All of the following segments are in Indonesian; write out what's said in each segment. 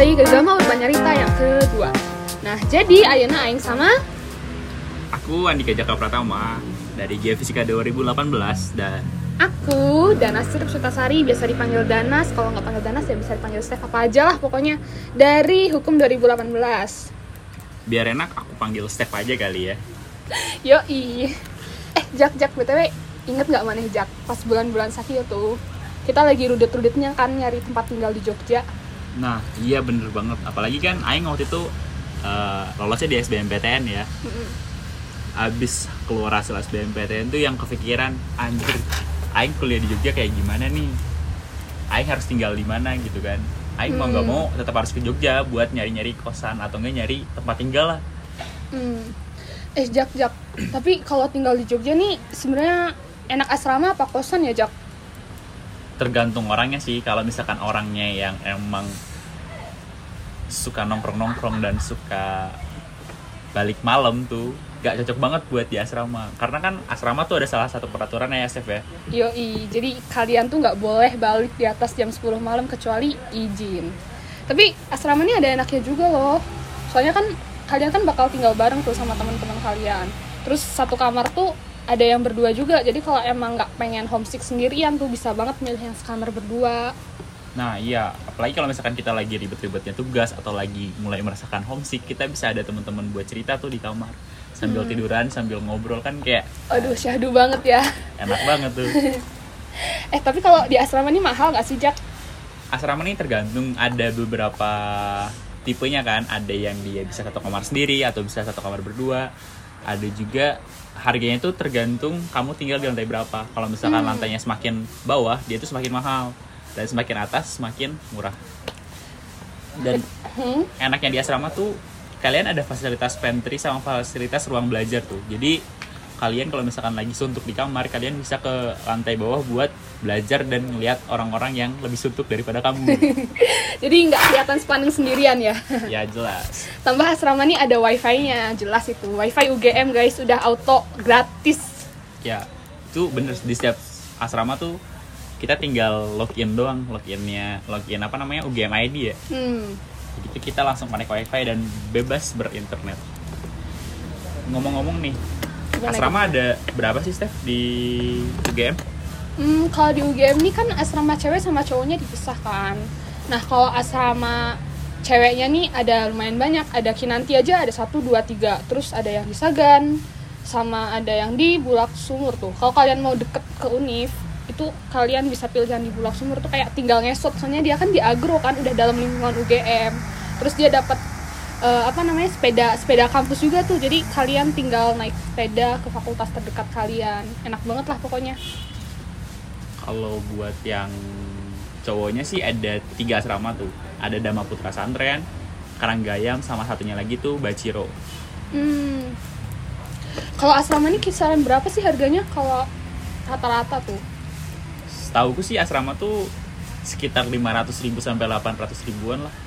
deui ke Zama Urban Nyarita yang kedua. Nah, jadi ayeuna aing sama Aku Andika Jaka Pratama dari GIA Fisika 2018 dan aku Danas Sutasari, biasa dipanggil Danas. Kalau nggak panggil Danas ya bisa dipanggil Steph, apa aja lah pokoknya, dari Hukum 2018. biar enak aku panggil Steph aja kali ya. Yoi. Jak BTW, inget nggak maneh Jak pas bulan-bulan sakit tuh kita lagi rudet-rudetnya kan nyari tempat tinggal di Jogja. Nah iya bener banget, apalagi kan aing waktu itu lolosnya di SBMPTN ya. Abis keluar hasil SBMPTN tuh yang kepikiran, anjir aing kuliah di Jogja kayak gimana nih, aing harus tinggal di mana gitu kan. Aing mau nggak mau tetap harus ke Jogja buat nyari-nyari kosan atau nggak nyari tempat tinggal lah. Jak tapi kalau tinggal di Jogja nih sebenarnya enak asrama apa kosan ya Jak? Tergantung orangnya sih. Kalau misalkan orangnya yang emang suka nongkrong dan suka balik malam tuh gak cocok banget buat di asrama, karena kan asrama tuh ada salah satu peraturan ya Steph ya. Yoi, jadi kalian tuh nggak boleh balik di atas jam 10 malam kecuali izin. Tapi asrama ini ada enaknya juga loh, soalnya kan kalian kan bakal tinggal bareng tuh sama teman-teman kalian. Terus satu kamar tuh ada yang berdua juga, jadi kalau emang nggak pengen homesick sendirian tuh bisa banget milih yang sekamar berdua. Nah iya, apalagi kalau misalkan kita lagi ribet-ribetnya tugas atau lagi mulai merasakan homesick, kita bisa ada teman-teman buat cerita tuh di kamar sambil tiduran sambil ngobrol kan kayak Aduh syahdu banget ya. enak banget tuh. Tapi kalau di asrama ini mahal nggak sih Jak? Asrama nih tergantung, ada beberapa tipenya kan, ada yang dia bisa satu kamar sendiri atau bisa satu kamar berdua. Ada juga harganya itu tergantung kamu tinggal di lantai berapa. Kalau misalkan lantainya semakin bawah, dia itu semakin mahal, dan semakin atas semakin murah. Dan enaknya di asrama tuh kalian ada fasilitas pantry sama fasilitas ruang belajar tuh. Jadi kalian kalau misalkan lagi suntuk di kamar, kalian bisa ke lantai bawah buat belajar dan ngeliat orang-orang yang lebih suntuk daripada kamu. Jadi nggak kelihatan sepaneng sendirian ya. Ya jelas. Tambah asrama nih ada wifi-nya, jelas itu. Wifi UGM guys, udah auto gratis. Ya, itu bener, di setiap asrama tuh kita tinggal login doang, login apa namanya, UGM ID ya. Jadi kita langsung connect wifi dan bebas berinternet. Ngomong-ngomong nih, asrama ada berapa sih Steph di UGM? Kalau di UGM nih kan asrama cewek sama cowoknya dipisahkan. Nah kalau asrama ceweknya nih ada lumayan banyak. Ada Kinanti aja ada 1, 2, 3. Terus ada yang di Sagan, sama ada yang di Bulak Sumur tuh. Kalau kalian mau deket ke Univ, itu kalian bisa pilih yang di Bulak Sumur tuh kayak tinggal ngesot. Soalnya dia kan di agro kan, udah dalam lingkungan UGM. Terus dia dapat sepeda kampus juga tuh. Jadi kalian tinggal naik sepeda ke fakultas terdekat kalian. Enak banget lah pokoknya. Kalau buat yang cowoknya sih ada 3 asrama tuh. Ada Dhamma Putra Santren, Karanggayam, sama satunya lagi tuh Baciro. Kalau asrama ini kisaran berapa sih harganya kalau rata-rata tuh? Setauku sih asrama tuh sekitar 500.000 sampai 800.000-an lah.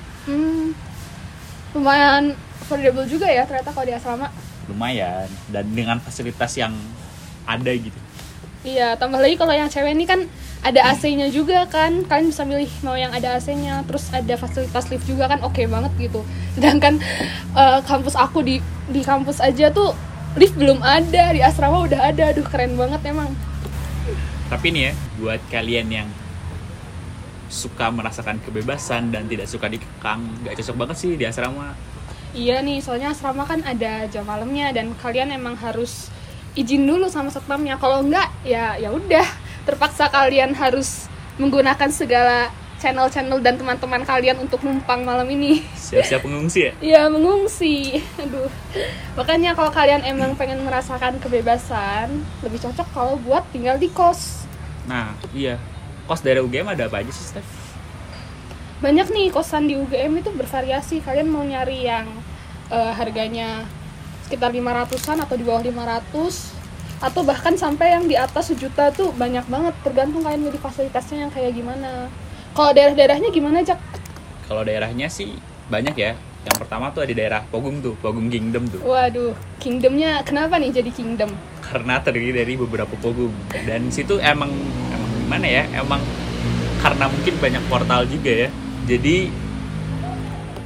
Lumayan affordable juga ya ternyata kalau di asrama. Lumayan, dan dengan fasilitas yang ada gitu. Iya, tambah lagi kalau yang cewek ini kan ada AC-nya juga kan. Kalian bisa milih mau yang ada AC-nya. Terus ada fasilitas lift juga kan, oke banget gitu. Sedangkan kampus aku di kampus aja tuh lift belum ada, di asrama udah ada. Aduh keren banget emang. Tapi nih ya, buat kalian yang suka merasakan kebebasan dan tidak suka dikekang, gak cocok banget sih di asrama. Iya nih, soalnya asrama kan ada jam malamnya dan kalian emang harus izin dulu sama satpamnya. Kalau enggak ya udah terpaksa kalian harus menggunakan segala channel-channel dan teman-teman kalian untuk numpang malam ini. Siap-siap mengungsi ya? Iya, mengungsi. Aduh. Makanya kalau kalian emang pengen merasakan kebebasan, lebih cocok kalau buat tinggal di kos. Nah, iya. Kos daerah UGM ada apa aja sih, Steph? Banyak nih kosan di UGM itu bervariasi. Kalian mau nyari yang harganya sekitar 500-an atau di bawah 500 atau bahkan sampai yang di atas 1 juta tuh banyak banget, tergantung kalian milih fasilitasnya yang kayak gimana. Kalau daerah-daerahnya gimana, Jak? Kalau daerahnya sih banyak ya. Yang pertama tuh ada di daerah Pogung tuh, Pogung Kingdom tuh. Waduh, kingdomnya kenapa nih jadi kingdom? Karena terdiri dari beberapa Pogung. Dan situ emang gimana ya? Emang karena mungkin banyak portal juga ya. Jadi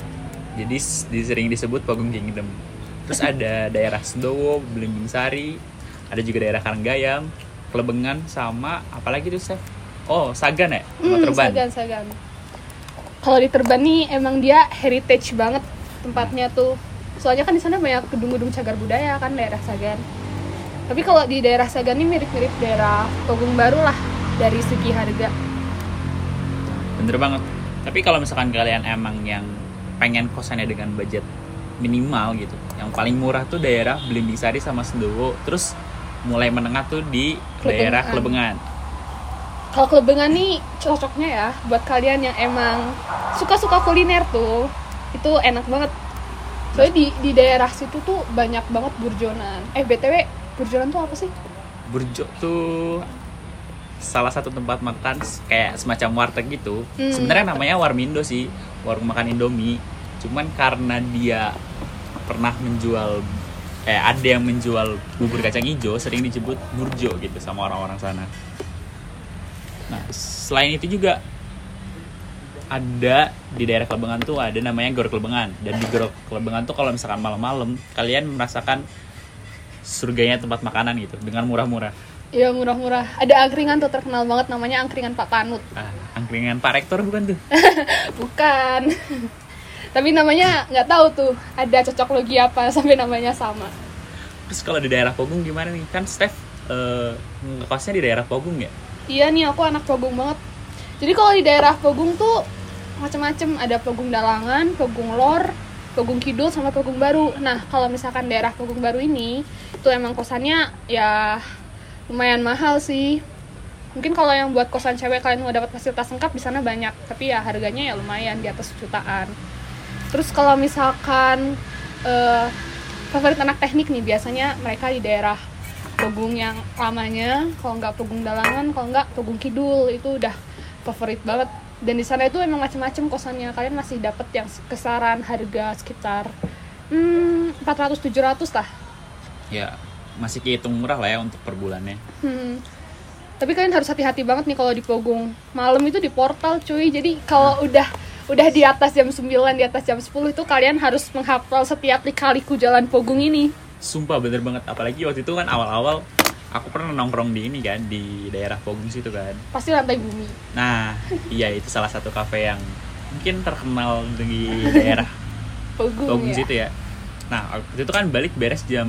Jadi sering disebut Pogung Kingdom. Terus ada daerah Sendowo, Belimbing Sari, ada juga daerah Karanggayam, Klebengan, sama apalagi tuh Chef? Oh, Sagan ya? Sama Terban. Sagan. Kalau di Terban nih emang dia heritage banget tempatnya tuh. Soalnya kan di sana banyak gedung-gedung cagar budaya kan daerah Sagan. Tapi kalau di daerah Sagan ini mirip-mirip daerah Pogung Baru lah dari segi harga. Bener banget. Tapi kalau misalkan kalian emang yang pengen kosannya dengan budget minimal gitu, yang paling murah tuh daerah Belimbing Sari sama Sendowo. Terus mulai menengah tuh di daerah Klebengan. Kalau Klebengan nih cocoknya ya buat kalian yang emang suka-suka kuliner tuh, itu enak banget. Soalnya di daerah situ tuh banyak banget burjonan. BTW, burjonan tuh apa sih? Burjo tuh salah satu tempat makan kayak semacam warteg gitu. Sebenarnya namanya Warmindo sih, warung makan Indomie. Cuman karena dia pernah menjual ada yang menjual bubur kacang hijau, sering disebut burjo gitu sama orang-orang sana. Nah, selain itu juga ada di daerah Klebengan tuh ada namanya Gor Klebengan. Dan di Gor Klebengan tuh kalau misalkan malam-malam kalian merasakan surganya tempat makanan gitu dengan murah-murah. Iya, murah-murah. Ada angkringan tuh terkenal banget namanya angkringan Pak Panut. Angkringan Pak Rektor bukan tuh? Bukan. Tapi namanya nggak tahu tuh ada cocok logi apa sampai namanya sama. Terus kalau di daerah Pogung gimana nih? Kan Steph ngekosnya di daerah Pogung ya? Iya nih, aku anak Pogung banget. Jadi kalau di daerah Pogung tuh macam-macam, ada Pogung Dalangan, Pogung Lor, Pogung Kidul sama Pogung Baru. Nah, kalau misalkan daerah Pogung Baru ini itu emang kosannya ya lumayan mahal sih. Mungkin kalau yang buat kosan cewek kalian mau dapat fasilitas lengkap di sana banyak, tapi ya harganya ya lumayan di atas jutaan. Terus kalau misalkan favorit anak teknik nih, biasanya mereka di daerah Pogung yang lamanya, kalau nggak Pogung Dalangan, kalau nggak Pogung Kidul, itu udah favorit banget. Dan di sana itu emang macam-macam kosannya, kalian masih dapat yang kisaran harga sekitar 400-700 lah. Ya, masih kehitung murah lah ya untuk per bulannya. Tapi kalian harus hati-hati banget nih kalau di Pogung. Malam itu di portal cuy, jadi kalau udah di atas jam 9, di atas jam 10 itu kalian harus menghafal setiap lika-liku jalan Pogung ini. Sumpah bener banget, apalagi waktu itu kan awal-awal aku pernah nongkrong di ini kan, di daerah Pogung situ kan. Pasti lantai bumi. Nah, iya itu salah satu kafe yang mungkin terkenal di daerah Pogung ya? situ ya. Nah, waktu itu kan balik beres jam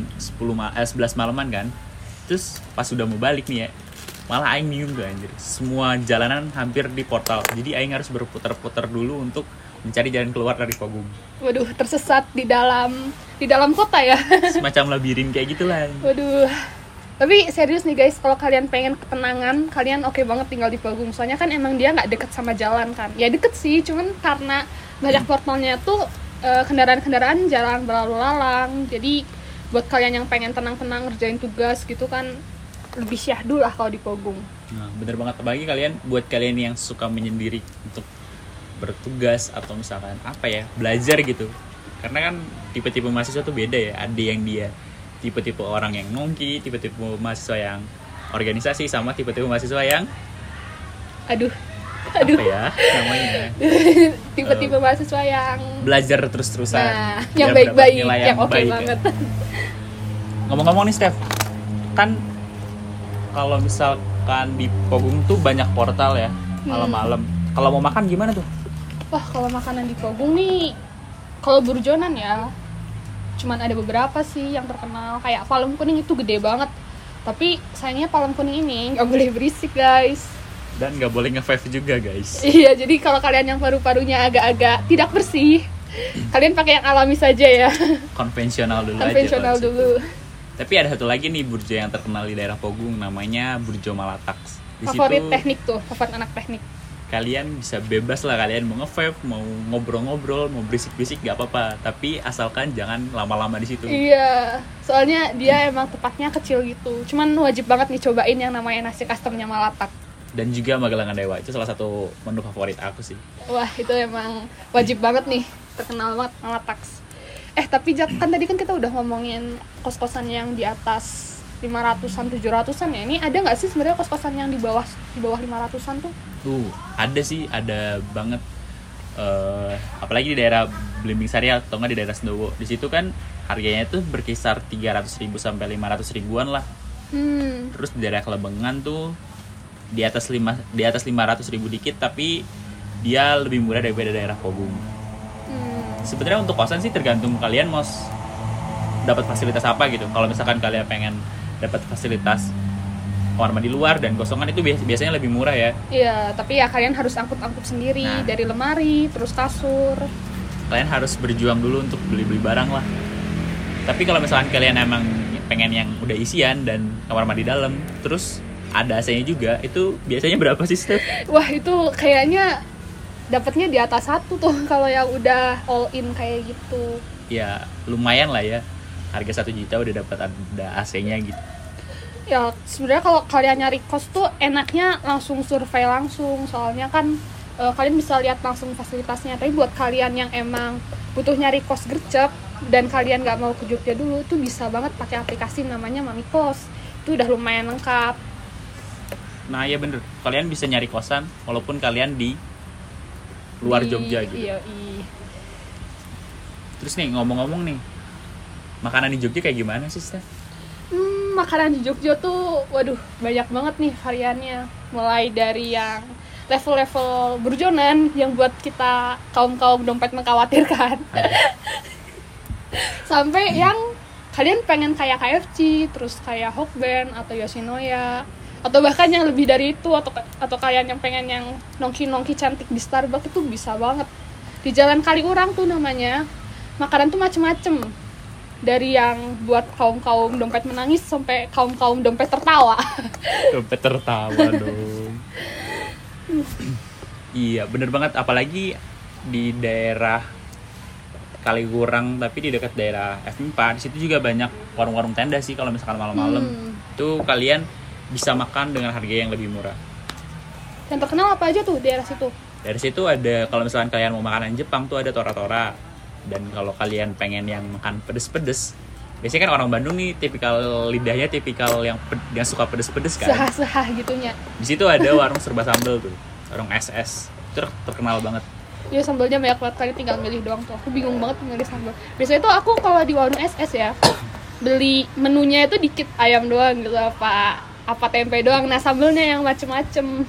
11 malaman kan. Terus pas udah mau balik nih ya, malah aing bingung tuh anjir. Semua jalanan hampir di portal. Jadi aing harus berputar-putar dulu untuk mencari jalan keluar dari Pogung. Waduh, tersesat di dalam kota ya. Semacam labirin kayak gitulah. Waduh. Tapi serius nih guys, kalau kalian pengen ketenangan, kalian oke banget tinggal di Pogung. Soalnya kan emang dia nggak deket sama jalan kan. Ya deket sih, cuman karena banyak portalnya tuh kendaraan-kendaraan jarang berlalu lalang. Jadi buat kalian yang pengen tenang-tenang ngerjain tugas gitu kan, lebih syahdu lah kalau di Pogung. Nah, bener banget. Apalagi buat kalian yang suka menyendiri untuk bertugas atau misalkan belajar gitu. Karena kan tipe-tipe mahasiswa tuh beda ya. Ada yang dia tipe-tipe orang yang nongki, tipe-tipe mahasiswa yang organisasi, sama tipe-tipe mahasiswa yang aduh apa ya namanya, tipe-tipe mahasiswa yang belajar terus-terusan, nah, yang baik-baik, yang oke banget. Ngomong-ngomong nih Steph, kan kalau misalkan di Pogung tuh banyak portal ya malam-malam. Kalau mau makan gimana tuh? Wah, kalau makanan di Pogung nih, kalau burjonan ya cuman ada beberapa sih yang terkenal. Kayak palem kuning itu gede banget, tapi sayangnya palem kuning ini nggak boleh berisik guys, dan nggak boleh nge-vape juga guys. Iya, jadi kalau kalian yang paru-parunya agak-agak tidak bersih, kalian pakai yang alami saja ya. Konvensional dulu dulu. Tapi ada satu lagi nih burjo yang terkenal di daerah Pogung, namanya Burjo Malatax. Favorit teknik tuh, favorit anak teknik. Kalian bisa bebas lah, kalian mau nge-vape, mau ngobrol-ngobrol, mau berisik-berisik gak apa-apa, tapi asalkan jangan lama-lama di situ. Iya, soalnya dia emang tempatnya kecil gitu. Cuman wajib banget nih cobain yang namanya nasi customnya Malatak. Dan juga Magelangan Dewa, itu salah satu menu favorit aku sih. Wah, itu emang wajib banget nih, terkenal banget Malatak. Tapi kan tadi kan kita udah ngomongin kos-kosan yang di atas 500-an, 700-an ya. Ini ada nggak sih sebenarnya kos-kosan yang di bawah 500-an tuh? Ada sih, ada banget. apalagi di daerah Blimbing Sari atau nggak di daerah Sendowo, di situ kan harganya tuh berkisar 300.000 sampai 500 ribuan lah. Terus di daerah Kelebengan tuh di atas 500.000 dikit, tapi dia lebih murah daripada daerah Pogung. Sebenarnya untuk kosan sih tergantung kalian mau dapat fasilitas apa gitu. Kalau misalkan kalian pengen dapat fasilitas kamar mandi luar dan kosongan, itu biasanya lebih murah ya. Iya, tapi ya kalian harus angkut-angkut sendiri, dari lemari, terus kasur. Kalian harus berjuang dulu untuk beli-beli barang lah. Tapi kalau misalkan kalian emang pengen yang udah isian dan kamar mandi dalam, terus ada AC-nya juga, itu biasanya berapa sih, Steph? Wah, itu kayaknya dapatnya di atas 1 tuh kalau yang udah all in kayak gitu. Ya lumayan lah ya, harga 1 juta udah dapat ada AC-nya gitu. Ya sebenarnya kalau kalian nyari kos tuh enaknya langsung survei langsung, soalnya kan kalian bisa lihat langsung fasilitasnya. Tapi buat kalian yang emang butuh nyari kos gercep dan kalian nggak mau ke Jogja dulu, tuh bisa banget pakai aplikasi namanya Mami Kos. Itu udah lumayan lengkap. Nah ya bener, kalian bisa nyari kosan walaupun kalian di luar Jogja gitu. Iya. Terus nih ngomong-ngomong nih, makanan di Jogja kayak gimana sih, Steph? Makanan di Jogja tuh, waduh, banyak banget nih variannya. Mulai dari yang level-level burjonan yang buat kita kaum-kaum dompet mengkhawatirkan, sampai yang kalian pengen kayak KFC, terus kayak Hokben atau Yoshinoya, atau bahkan yang lebih dari itu, atau kalian yang pengen yang nongki-nongki cantik di Starbucks, itu bisa banget. Di Jalan Kaliurang tuh namanya, makanan tuh macem-macem. Dari yang buat kaum-kaum dompet menangis sampai kaum-kaum dompet tertawa. Dompet tertawa dong. Iya bener banget, apalagi di daerah Kaliurang tapi di dekat daerah F4, di situ juga banyak warung-warung tenda sih kalau misalkan malam-malam. Itu kalian bisa makan dengan harga yang lebih murah. Yang terkenal apa aja tuh daerah situ? Dari situ ada, kalau misalkan kalian mau makanan Jepang tuh ada tora-tora. Dan kalau kalian pengen yang makan pedes-pedes, biasanya kan orang Bandung nih tipikal lidahnya tipikal yang suka pedes-pedes kan. Sehah-sehah gitunya. Di situ ada warung serba sambal tuh, warung SS. Itu terkenal banget. Ya sambalnya banyak banget, kalian tinggal milih doang tuh. Aku bingung banget milih sambal. Biasanya tuh aku kalau di warung SS ya, beli menunya itu dikit, ayam doang gitu, apa tempe doang. Nah sambalnya yang macem-macem.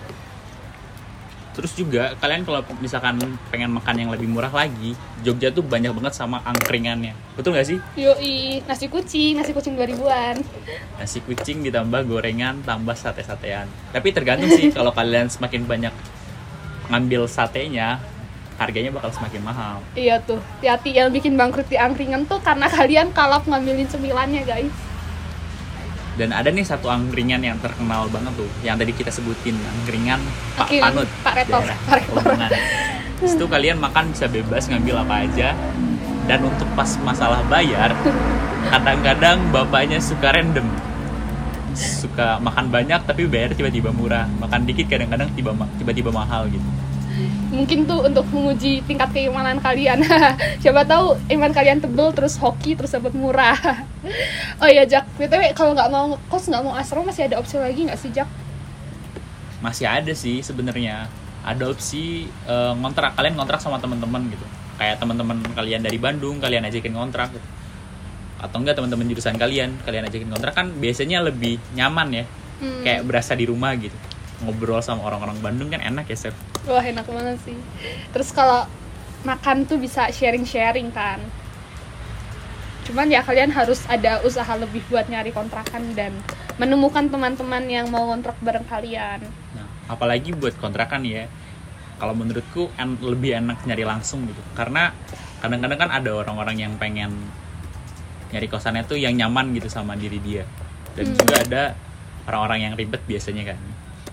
Terus juga kalian kalau misalkan pengen makan yang lebih murah lagi, Jogja tuh banyak banget sama angkringannya. Betul gak sih? Yoi, nasi kucing 2000-an. Nasi kucing ditambah gorengan tambah sate-satean. Tapi tergantung sih, kalau kalian semakin banyak ngambil satenya, harganya bakal semakin mahal. Iya tuh, hati-hati, yang bikin bangkrut di angkringan tuh karena kalian kalap ngambilin cemilannya guys. Dan ada nih satu angkringan yang terkenal banget tuh, yang tadi kita sebutin, angkringan Pak Panut, Pak Retor. Itu kalian makan bisa bebas ngambil apa aja. Dan untuk pas masalah bayar, kadang-kadang bapaknya suka random, suka makan banyak tapi bayar tiba-tiba murah, makan dikit kadang-kadang tiba-tiba mahal gitu. Mungkin tuh untuk menguji tingkat keimanan kalian. Siapa tahu iman kalian tebel terus hoki terus dapat murah. Oh iya Jak, btw kalau nggak mau ngekos, nggak mau asrama, masih ada opsi lagi nggak sih Jak? Masih ada sih sebenarnya. Ada opsi ngontrak, kalian ngontrak sama teman-teman gitu. Kayak teman-teman kalian dari Bandung, kalian ajakin ngontrak gitu. Atau enggak teman-teman jurusan kalian ajakin ngontrak, kan biasanya lebih nyaman ya. Kayak berasa di rumah gitu. Ngobrol sama orang-orang Bandung kan enak ya, Chef. Wah enak banget sih. Terus kalau makan tuh bisa sharing-sharing kan. Cuman ya kalian harus ada usaha lebih buat nyari kontrakan dan menemukan teman-teman yang mau kontrak bareng kalian. Nah, apalagi buat kontrakan ya. Kalau menurutku lebih enak nyari langsung gitu. Karena kadang-kadang kan ada orang-orang yang pengen nyari kosannya tuh yang nyaman gitu sama diri dia. Dan juga ada orang-orang yang ribet biasanya kan.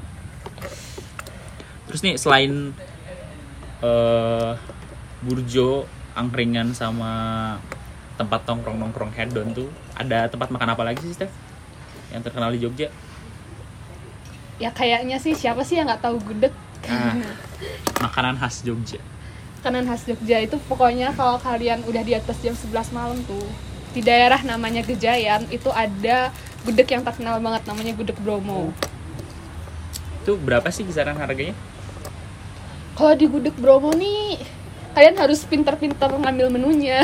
Terus nih selain burjo, angkringan sama tempat nongkrong hedon tuh, ada tempat makan apa lagi sih, Steph? Yang terkenal di Jogja? Ya kayaknya sih, siapa sih yang nggak tahu gudeg? Makanan khas Jogja. Makanan khas Jogja itu pokoknya kalau kalian udah di atas jam 11 malam tuh, di daerah namanya Gejayan itu ada gudeg yang terkenal banget, namanya gudeg Bromo. Itu berapa sih kisaran harganya? Kalau di gudeg Bromo nih, kalian harus pintar-pintar ngambil menunya.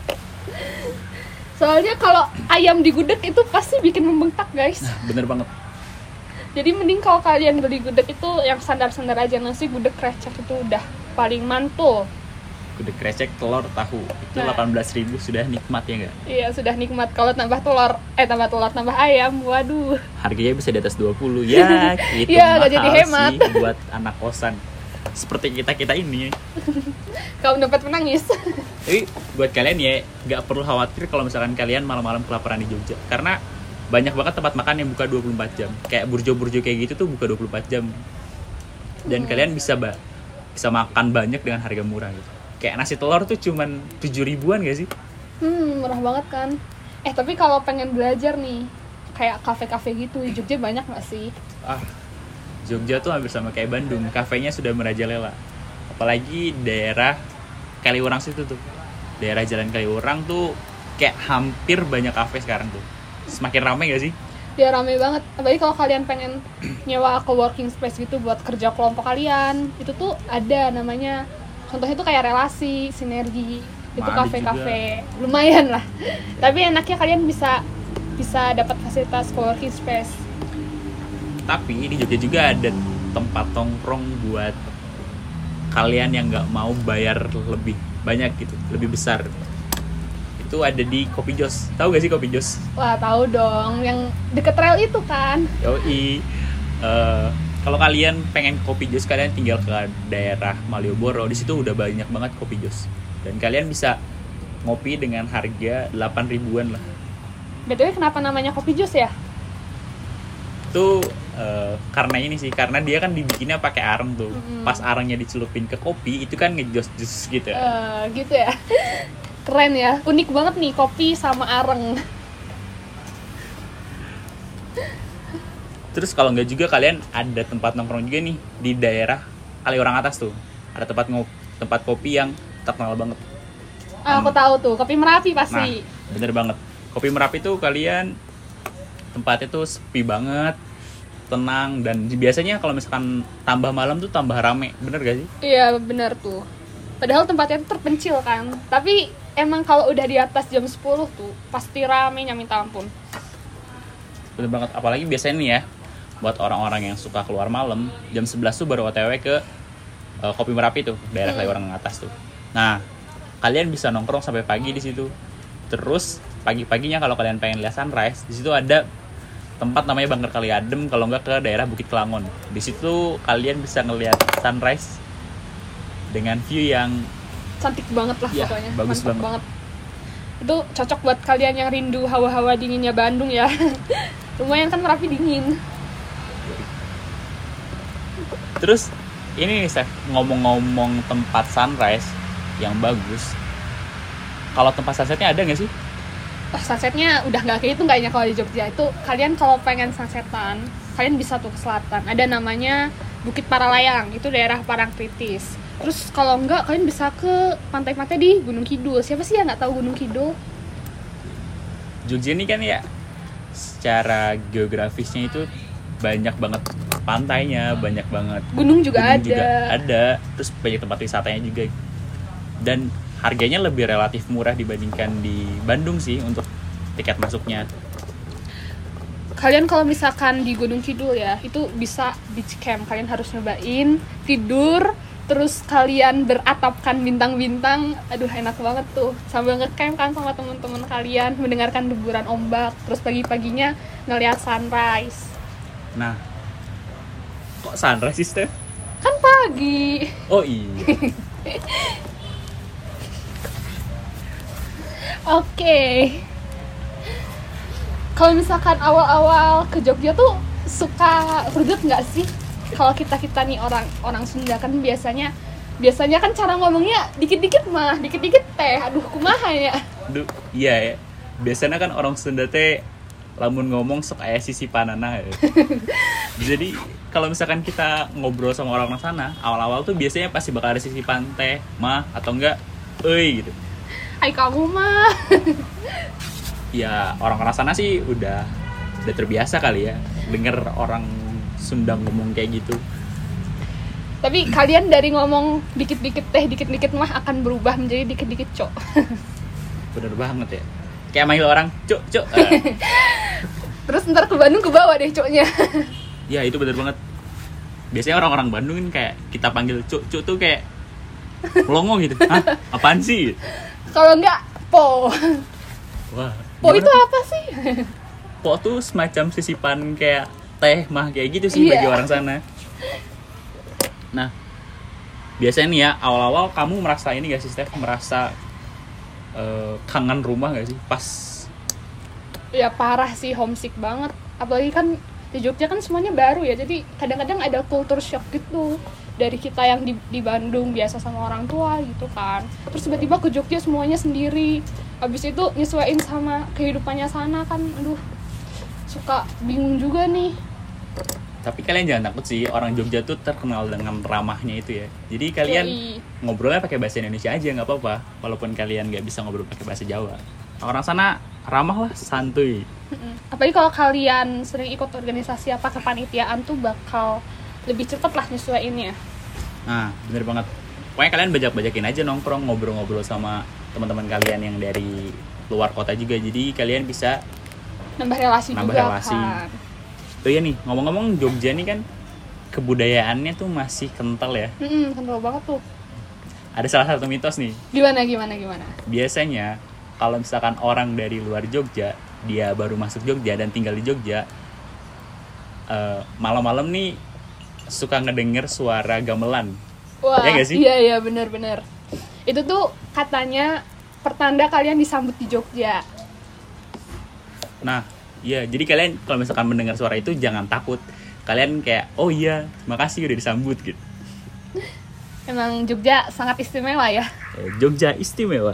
Soalnya kalau ayam di gudeg itu pasti bikin membengkak, guys. Nah, bener banget. Jadi mending kalau kalian beli gudeg itu yang standar-standar aja, nasi gudeg krecek itu udah paling mantul. Gudeg krecek telur tahu itu Nah. 18.000 sudah nikmat ya nggak? Iya, sudah nikmat. Kalau tambah ayam, waduh. Harganya bisa di atas 20 ya. Itu Ya, nggak mahal jadi hemat. sih buat anak kosan seperti kita ini. Kamu dapat menangis. Tapi buat kalian ya nggak perlu khawatir kalau misalkan kalian malam-malam kelaparan di Jogja, karena banyak banget tempat makan yang buka 24 jam. Kayak burjo-burjo kayak gitu tuh buka 24 jam. Dan kalian bisa makan banyak dengan harga murah gitu. Kayak nasi telur tuh cuman 7 ribuan gak sih? Murah banget kan. Tapi kalau pengen belajar nih, kayak kafe-kafe gitu di Jogja banyak nggak sih? Jogja tuh hampir sama kayak Bandung, kafenya sudah merajalela. Apalagi daerah Kaliurang situ tuh. Daerah Jalan Kaliurang tuh kayak hampir banyak kafe sekarang tuh. Semakin ramai gak sih? Ya rame banget. Apalagi kalau kalian pengen nyewa co-working space gitu buat kerja kelompok kalian, itu tuh ada namanya. Contohnya tuh kayak relasi, sinergi. Itu Ada kafe-kafe. Lumayan lah. Tapi enaknya kalian bisa dapat fasilitas co-working space. Tapi di Jogja juga ada tempat tongkrong buat kalian yang nggak mau bayar lebih banyak gitu, lebih besar. Itu ada di Kopi Jos. Tahu gak sih Kopi Jos? Wah, tahu dong. Yang deket rel itu kan. Yoi. Kalau kalian pengen Kopi Jos, kalian tinggal ke daerah Malioboro. Di situ udah banyak banget Kopi Jos. Dan kalian bisa ngopi dengan harga 8 ribuan lah. BTW kenapa namanya Kopi Jos ya? Itu karena ini sih, karena dia kan dibikinnya pakai areng tuh. Pas arengnya dicelupin ke kopi, itu kan ngejos-jos gitu. Gitu ya. Keren ya. Unik banget nih kopi sama areng. Terus kalau nggak juga kalian ada tempat nongkrong juga nih di daerah Kaliurang atas tuh. Ada tempat kopi yang terkenal banget. Aku tahu tuh, Kopi Merapi Nah, pasti. bener banget. Kopi Merapi tuh kalian tempatnya tuh sepi banget, tenang, dan biasanya kalau misalkan tambah malam tuh tambah rame. Bener gak sih? Iya, benar tuh. Padahal tempatnya tuh terpencil kan. Tapi emang kalau udah di atas jam 10 tuh pasti ramenya minta ampun. Bener banget. Apalagi biasanya nih ya, buat orang-orang yang suka keluar malam, jam 11 tuh baru OTW ke Kopi Merapi tuh, daerah Kaliurang atas tuh. Nah, kalian bisa nongkrong sampai pagi di situ. Terus pagi-paginya kalau kalian pengen lihat sunrise, di situ ada tempat namanya Bangker Kali Adem, kalau nggak ke daerah Bukit Kelangon. Di situ kalian bisa ngelihat sunrise dengan view yang Cantik banget lah ya, pokoknya. bagus Mantap banget. Itu cocok buat kalian yang rindu hawa-hawa dinginnya Bandung ya. Lumayan kan Merapi dingin. Terus ini nih, Chef, ngomong-ngomong tempat sunrise yang bagus. Kalau tempat sunsetnya ada nggak sih? Sunsetnya udah nggak kayak itu kayaknya kalau di Jogja. Itu kalian kalau pengen sunsetan, kalian bisa tuh ke selatan. Ada namanya Bukit Paralayang, itu daerah Parangtritis. Terus kalau enggak, kalian bisa ke pantai-pantai di Gunung Kidul. Siapa sih yang nggak tahu Gunung Kidul? Jogja ini kan ya secara geografisnya itu banyak banget pantainya, banyak banget Gunung juga gunung ada. ada, terus banyak tempat wisatanya juga. Dan harganya lebih relatif murah dibandingkan di Bandung sih untuk tiket masuknya. Kalian kalau misalkan di Gunung Kidul ya, itu bisa beach camp. Kalian harus nyobain tidur, terus kalian beratapkan bintang-bintang. Aduh, enak banget tuh. Sambil nge-camp kan sama teman-teman kalian, mendengarkan deburan ombak, terus pagi-paginya ngelihat sunrise. Nah, kok sunrise sih, Steph? Kan pagi. Oh iya. Oke. Kalau misalkan awal-awal ke Jogja tuh suka rudet nggak sih? Kalau kita nih orang Sunda kan biasanya kan cara ngomongnya dikit-dikit mah, dikit-dikit teh. Aduh, kumaha ya. Duh, iya ya. Biasanya kan orang Sunda teh lamun ngomong sok aya sisipanana ya. Jadi kalau misalkan kita ngobrol sama orang sana, awal-awal tuh biasanya pasti bakal ada sisipan teh, mah atau enggak euy gitu. Hai kamu mah. Ya orang-orang sana sih udah terbiasa kali ya denger orang Sunda ngomong kayak gitu. Tapi kalian dari ngomong dikit-dikit teh, dikit-dikit mah akan berubah menjadi dikit-dikit cok. Bener banget ya. Kayak manggil orang cuk. Terus ntar ke Bandung ke bawah deh coknya. Ya itu bener banget. Biasanya orang-orang Bandung kan kayak kita panggil cuk tuh kayak melongo gitu. Hah? Apaan sih? Kalau enggak po. Wah. Po itu apa sih? Po tuh semacam sisipan kayak teh mah kayak gitu sih bagi orang sana. Nah, biasanya nih ya awal-awal kamu merasa ini gak sih Steph? Merasa kangen rumah gak sih pas? Ya parah sih, homesick banget. Apalagi kan di Jogja kan semuanya baru ya, jadi kadang-kadang ada culture shock gitu dari kita yang di Bandung biasa sama orang tua gitu kan, terus tiba-tiba ke Jogja semuanya sendiri, habis itu nyesuaiin sama kehidupannya sana kan, aduh suka bingung juga nih. Tapi kalian jangan takut sih, orang Jogja tuh terkenal dengan ramahnya itu ya. Jadi kalian ngobrolnya pakai bahasa Indonesia aja nggak apa-apa, walaupun kalian nggak bisa ngobrol pakai bahasa Jawa. Orang sana ramah lah, santuy. Apalagi kalau kalian sering ikut organisasi apa kepanitiaan tuh bakal lebih cepet lah nyesuaiinnya. Nah, bener banget. Pokoknya kalian bajak-bajakin aja nongkrong, ngobrol-ngobrol sama teman-teman kalian yang dari luar kota juga. Jadi kalian bisa nambah relasi juga relasi. Kan. Tuh ya nih, ngomong-ngomong Jogja nih kan kebudayaannya tuh masih kental ya. Kental banget tuh. Ada salah satu mitos nih. Gimana? Biasanya kalau misalkan orang dari luar Jogja, dia baru masuk Jogja dan tinggal di Jogja, malam-malam nih suka ngedenger suara gamelan. Wah, ya gak sih? Iya benar. Itu tuh katanya pertanda kalian disambut di Jogja. Nah, iya, jadi kalian kalau misalkan mendengar suara itu jangan takut. Kalian kayak, oh iya, makasih udah disambut gitu. Emang Jogja sangat istimewa ya. Jogja istimewa.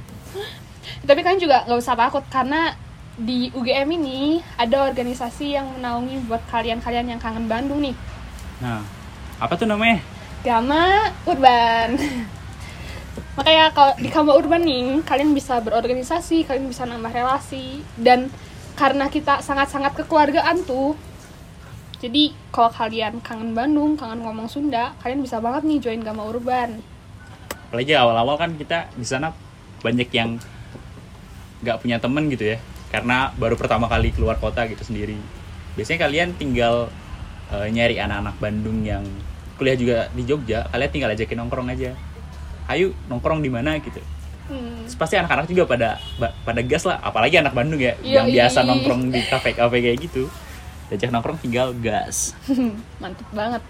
Tapi kalian juga nggak usah takut karena di UGM ini ada organisasi yang menaungi buat kalian-kalian yang kangen Bandung nih. Nah, apa tuh namanya? Gama Urban. Makanya kalau di Gama Urban nih, kalian bisa berorganisasi, kalian bisa nambah relasi, dan karena kita sangat-sangat kekeluargaan tuh. Jadi kalau kalian kangen Bandung, kangen ngomong Sunda, kalian bisa banget nih join Gama Urban. Apalagi awal-awal kan kita di sana banyak yang nggak punya temen gitu ya, karena baru pertama kali keluar kota gitu sendiri. Biasanya kalian tinggal nyari anak-anak Bandung yang kuliah juga di Jogja, kalian tinggal ajakin nongkrong aja. Ayo nongkrong di mana gitu. Terus pasti anak-anak juga pada gas lah, apalagi anak Bandung ya, yang biasa nongkrong di kafe-kafe kayak gitu. Diajak nongkrong tinggal gas. Mantep banget.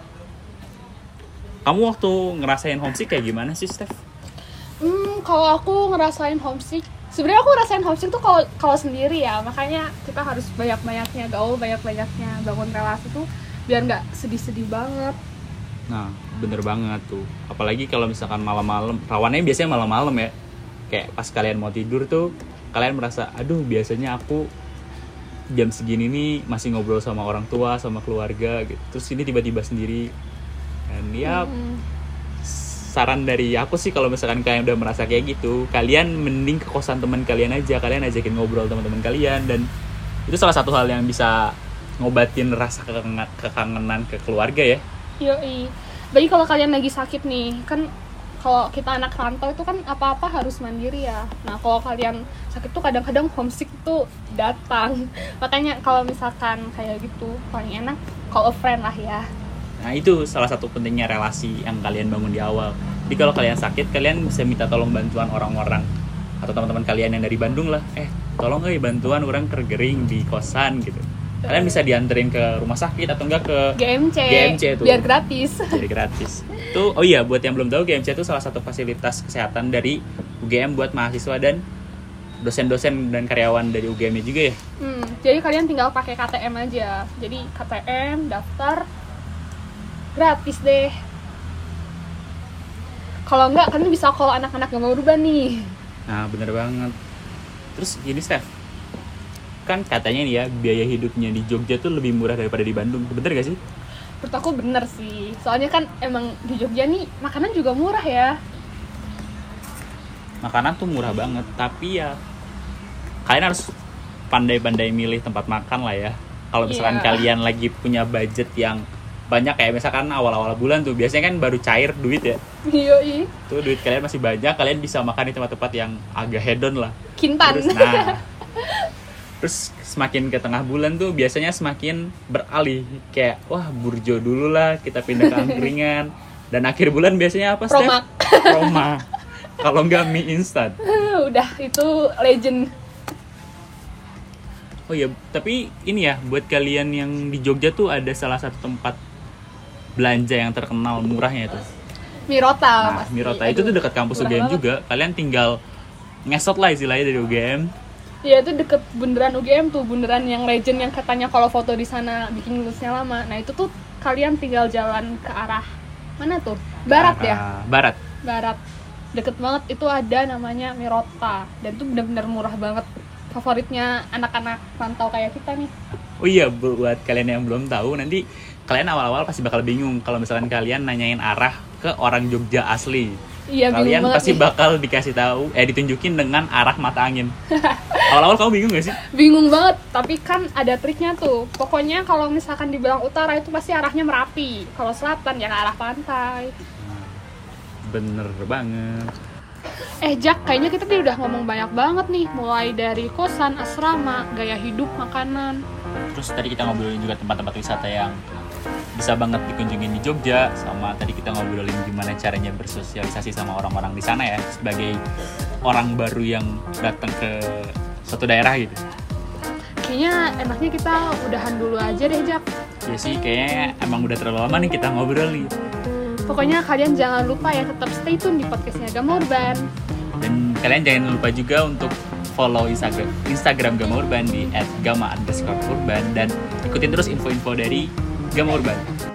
Kamu waktu ngerasain homesick kayak gimana sih, Steph? Kalau aku ngerasain homesick, sebenarnya aku ngerasain homesick tuh kalau sendiri ya, makanya kita harus banyak-banyaknya gaul, banyak-banyaknya bangun relasi tuh biar nggak sedih-sedih banget. Nah, bener banget tuh. Apalagi kalau misalkan malam-malam, rawannya biasanya malam-malam ya. Kayak pas kalian mau tidur tuh, kalian merasa, aduh biasanya aku jam segini nih masih ngobrol sama orang tua, sama keluarga gitu. Terus ini tiba-tiba sendiri. Dan ya, saran dari aku sih kalau misalkan kalian udah merasa kayak gitu, kalian mending ke kosan teman kalian aja, kalian ajakin ngobrol teman-teman kalian, dan itu salah satu hal yang bisa ngobatin rasa kekangenan ke keluarga ya. Yoi. Bagi kalau kalian lagi sakit nih, kan kalau kita anak rantau itu kan apa-apa harus mandiri ya. Nah kalau kalian sakit tuh kadang-kadang homesick tuh datang. Makanya kalau misalkan kayak gitu paling enak call a friend lah ya. Nah itu salah satu pentingnya relasi yang kalian bangun di awal. Jadi kalau kalian sakit, kalian bisa minta tolong bantuan orang-orang atau teman-teman kalian yang dari Bandung lah. Tolong bantuan orang kergering di kosan gitu. Kalian bisa dianterin ke rumah sakit atau enggak ke GMC tuh. Biar gratis. Biar gratis. Tuh, oh iya, buat yang belum tahu, GMC itu salah satu fasilitas kesehatan dari UGM buat mahasiswa dan dosen-dosen dan karyawan dari UGM juga ya. Jadi kalian tinggal pakai KTM aja. Jadi KTM, daftar, gratis deh. Kalau enggak, kalian bisa call anak-anak Gama Urban nih. Nah, bener banget. Terus gini, Steph, kan katanya nih ya, biaya hidupnya di Jogja tuh lebih murah daripada di Bandung. Bener gak sih? Menurut aku bener sih. Soalnya kan emang di Jogja nih makanan juga murah ya. Makanan tuh murah banget, tapi ya kalian harus pandai-pandai milih tempat makan lah ya. Kalau misalkan kalian lagi punya budget yang banyak kayak misalkan awal-awal bulan tuh biasanya kan baru cair duit ya. Yoi. Tuh duit kalian masih banyak, kalian bisa makan di tempat-tempat yang agak hedon lah. Kintan. Terus semakin ke tengah bulan tuh biasanya semakin beralih kayak wah burjo dulu lah, kita pindah ke angkringan. Dan akhir bulan biasanya apa? Promak. Roma. Kalau nggak mie instan. Udah itu legend. Oh iya, tapi ini ya buat kalian yang di Jogja tuh ada salah satu tempat belanja yang terkenal murahnya itu. Mirota Nah, pasti. Mirota itu tuh dekat kampus murah UGM banget. juga. Kalian tinggal ngesot lah istilahnya dari UGM. Iya itu deket bundaran UGM tuh, bundaran yang legend yang katanya kalau foto di sana bikin lulusnya lama. Nah itu tuh kalian tinggal jalan ke arah mana tuh? Barat ya? Barat. Barat. Deket banget itu ada namanya Mirota dan itu benar-benar murah banget. Favoritnya anak-anak rantau kayak kita nih. Oh iya, buat kalian yang belum tahu, nanti kalian awal-awal pasti bakal bingung kalau misalkan kalian nanyain arah ke orang Jogja asli. Iya, bingung Kalian banget pasti nih. bakal dikasih tahu, ditunjukin dengan arah mata angin. Awal-awal kamu bingung gak sih? Bingung banget, tapi kan ada triknya tuh. Pokoknya kalau misalkan dibilang utara itu pasti arahnya Merapi. Kalau selatan ya ke arah pantai. Bener banget. Jak, kayaknya kita tadi udah ngomong banyak banget nih. Mulai dari kosan, asrama, gaya hidup, makanan. Terus tadi kita ngobrolin juga tempat-tempat wisata yang bisa banget dikunjungin di Jogja. Sama tadi kita ngobrolin gimana caranya bersosialisasi sama orang-orang di sana ya, sebagai orang baru yang datang ke suatu daerah gitu. Kayaknya enaknya kita udahan dulu aja deh, Jak. Ya sih, kayaknya emang udah terlalu lama nih kita ngobrol nih. Pokoknya kalian jangan lupa ya tetap stay tune di podcastnya Gama Urban. Dan kalian jangan lupa juga untuk follow Instagram Gama Urban di @gama_urban dan ikutin terus info-info dari Gama Urban.